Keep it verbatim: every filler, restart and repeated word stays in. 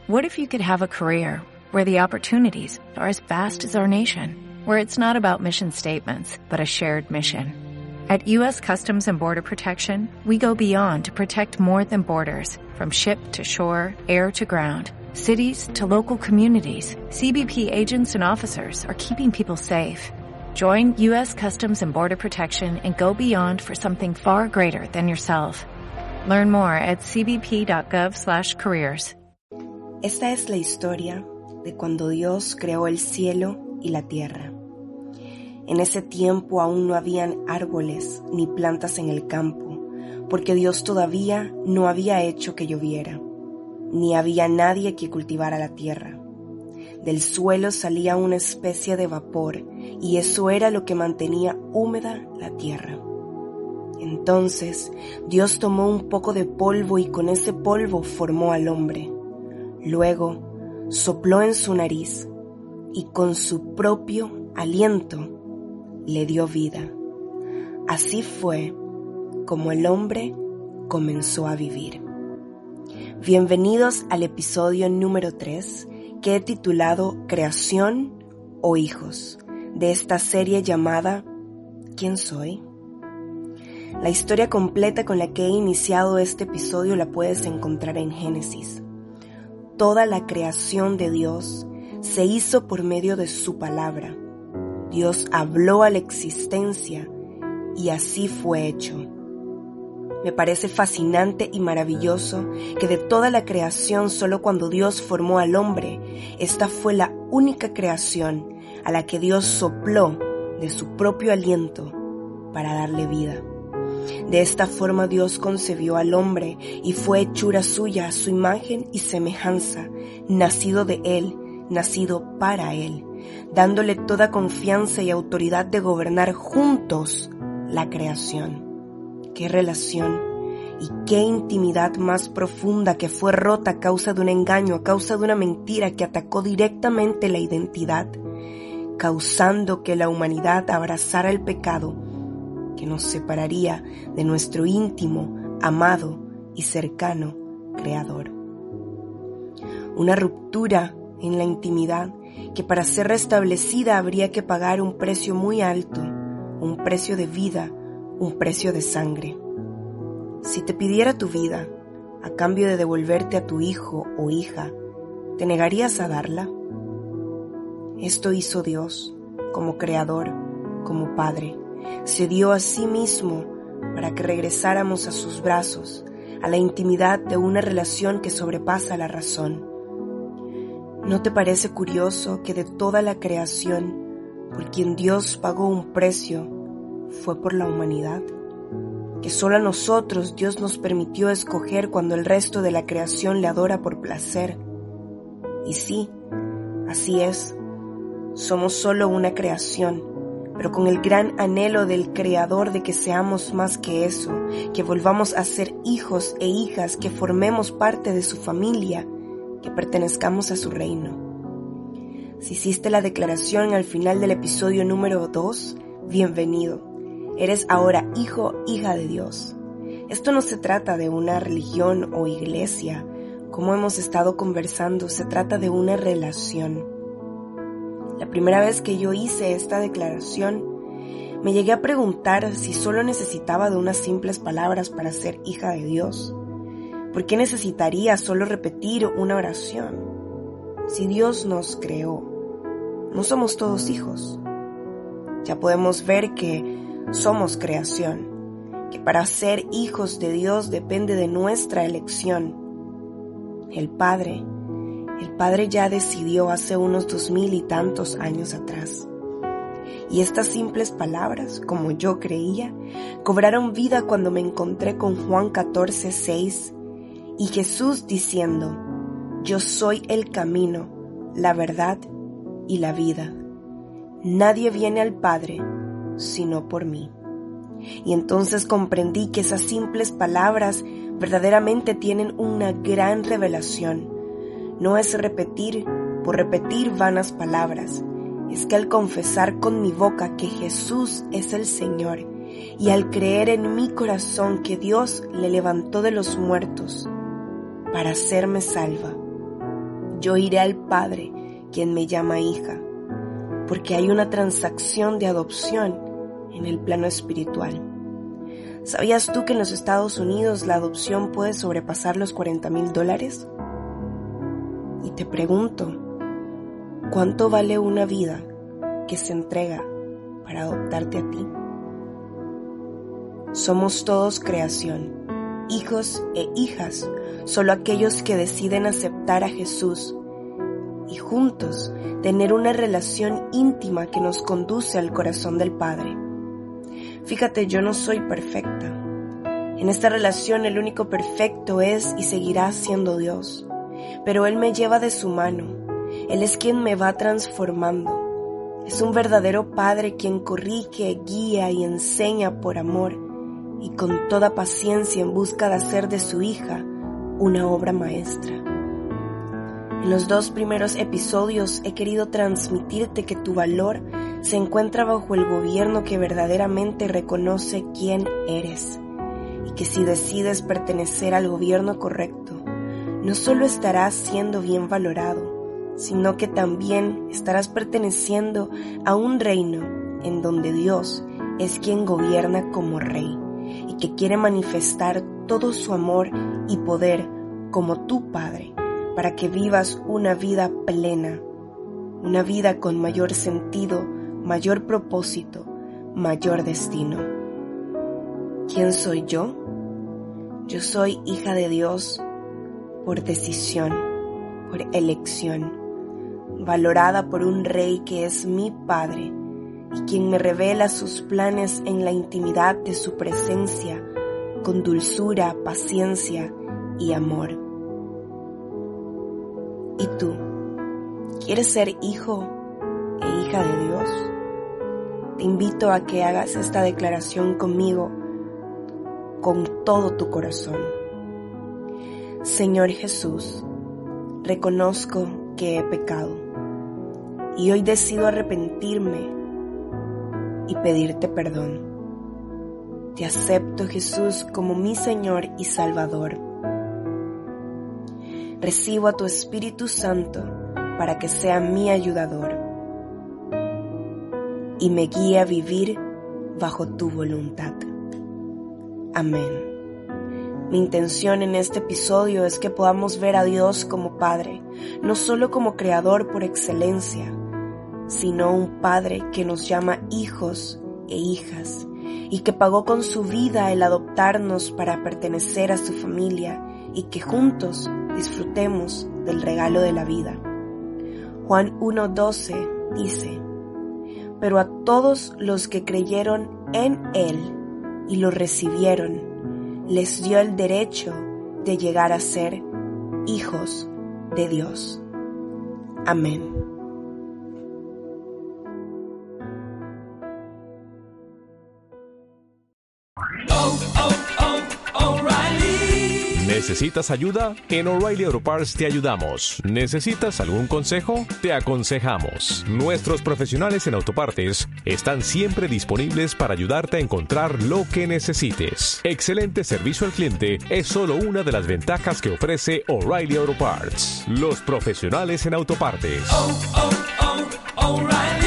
What if you could have a career where the opportunities are as vast as our nation, where it's not about mission statements, but a shared mission? At U S Customs and Border Protection, we go beyond to protect more than borders, from ship to shore, air to ground, cities to local communities. C B P agents and officers are keeping people safe. Join U S Customs and Border Protection and go beyond for something far greater than yourself. Learn more at c b p dot gov slash careers. Esta es la historia de cuando Dios creó el cielo y la tierra. En ese tiempo aún no habían árboles ni plantas en el campo, porque Dios todavía no había hecho que lloviera, ni había nadie que cultivara la tierra. Del suelo salía una especie de vapor, y eso era lo que mantenía húmeda la tierra. Entonces Dios tomó un poco de polvo y con ese polvo formó al hombre. Luego sopló en su nariz y con su propio aliento le dio vida. Así fue como el hombre comenzó a vivir. Bienvenidos al episodio número tres que he titulado Creación o Hijos, de esta serie llamada ¿Quién soy? La historia completa con la que he iniciado este episodio la puedes encontrar en Génesis. Toda la creación de Dios se hizo por medio de su palabra. Dios habló a la existencia y así fue hecho. Me parece fascinante y maravilloso que de toda la creación, solo cuando Dios formó al hombre, esta fue la única creación a la que Dios sopló de su propio aliento para darle vida. De esta forma Dios concebió al hombre y fue hechura suya a su imagen y semejanza, nacido de él, nacido para él, dándole toda confianza y autoridad de gobernar juntos la creación. ¡Qué relación y qué intimidad más profunda que fue rota a causa de un engaño, a causa de una mentira que atacó directamente la identidad, causando que la humanidad abrazara el pecado que nos separaría de nuestro íntimo, amado y cercano Creador. Una ruptura en la intimidad que para ser restablecida habría que pagar un precio muy alto, un precio de vida, un precio de sangre. Si te pidiera tu vida a cambio de devolverte a tu hijo o hija, ¿te negarías a darla? Esto hizo Dios como Creador, como Padre. Se dio a sí mismo para que regresáramos a sus brazos, a la intimidad de una relación que sobrepasa la razón. ¿No te parece curioso que de toda la creación, por quien Dios pagó un precio, fue por la humanidad? Que solo a nosotros Dios nos permitió escoger cuando el resto de la creación le adora por placer. Y sí, así es, somos solo una creación, pero con el gran anhelo del Creador de que seamos más que eso, que volvamos a ser hijos e hijas, que formemos parte de su familia, que pertenezcamos a su reino. Si hiciste la declaración al final del episodio número dos, bienvenido. Eres ahora hijo, hija de Dios. Esto no se trata de una religión o iglesia, como hemos estado conversando, se trata de una relación. La primera vez que yo hice esta declaración, me llegué a preguntar si solo necesitaba de unas simples palabras para ser hija de Dios. ¿Por qué necesitaría solo repetir una oración? Si Dios nos creó, no somos todos hijos. Ya podemos ver que somos creación, que para ser hijos de Dios depende de nuestra elección. El Padre El Padre ya decidió hace unos dos mil y tantos años atrás. Y estas simples palabras, como yo creía, cobraron vida cuando me encontré con Juan catorce, seis y Jesús diciendo: Yo soy el camino, la verdad y la vida. Nadie viene al Padre sino por mí. Y entonces comprendí que esas simples palabras verdaderamente tienen una gran revelación. No es repetir por repetir vanas palabras, es que al confesar con mi boca que Jesús es el Señor y al creer en mi corazón que Dios le levantó de los muertos para hacerme salva, Yo iré al Padre, quien me llama hija, porque hay una transacción de adopción en el plano espiritual. ¿Sabías tú que en los Estados Unidos la adopción puede sobrepasar los cuarenta mil dólares? Y te pregunto, ¿cuánto vale una vida que se entrega para adoptarte a ti? Somos todos creación, hijos e hijas, solo aquellos que deciden aceptar a Jesús y juntos tener una relación íntima que nos conduce al corazón del Padre. Fíjate, yo no soy perfecta. En esta relación el único perfecto es y seguirá siendo Dios, pero Él me lleva de su mano. Él es quien me va transformando. Es un verdadero Padre quien corrige, guía y enseña por amor y con toda paciencia en busca de hacer de su hija una obra maestra. En los dos primeros episodios he querido transmitirte que tu valor se encuentra bajo el gobierno que verdaderamente reconoce quién eres y que si decides pertenecer al gobierno correcto, no solo estarás siendo bien valorado, sino que también estarás perteneciendo a un reino en donde Dios es quien gobierna como rey y que quiere manifestar todo su amor y poder como tu Padre para que vivas una vida plena, una vida con mayor sentido, mayor propósito, mayor destino. ¿Quién soy yo? Yo soy hija de Dios por decisión, por elección, valorada por un rey que es mi Padre y quien me revela sus planes en la intimidad de su presencia, con dulzura, paciencia y amor. ¿Y tú? ¿Quieres ser hijo e hija de Dios? Te invito a que hagas esta declaración conmigo con todo tu corazón. Señor Jesús, reconozco que he pecado y hoy decido arrepentirme y pedirte perdón. Te acepto, Jesús, como mi Señor y Salvador. Recibo a tu Espíritu Santo para que sea mi ayudador y me guíe a vivir bajo tu voluntad. Amén. Mi intención en este episodio es que podamos ver a Dios como Padre, no solo como Creador por excelencia, sino un Padre que nos llama hijos e hijas y que pagó con su vida el adoptarnos para pertenecer a su familia y que juntos disfrutemos del regalo de la vida. Juan uno doce dice: pero a todos los que creyeron en Él y lo recibieron, les dio el derecho de llegar a ser hijos de Dios. Amén. Oh, oh, oh, O'Reilly. ¿Necesitas ayuda? En O'Reilly Auto Parts te ayudamos. ¿Necesitas algún consejo? Te aconsejamos. Nuestros profesionales en autopartes están siempre disponibles para ayudarte a encontrar lo que necesites. Excelente servicio al cliente es solo una de las ventajas que ofrece O'Reilly Auto Parts. Los profesionales en autopartes. Oh, oh, oh, O'Reilly.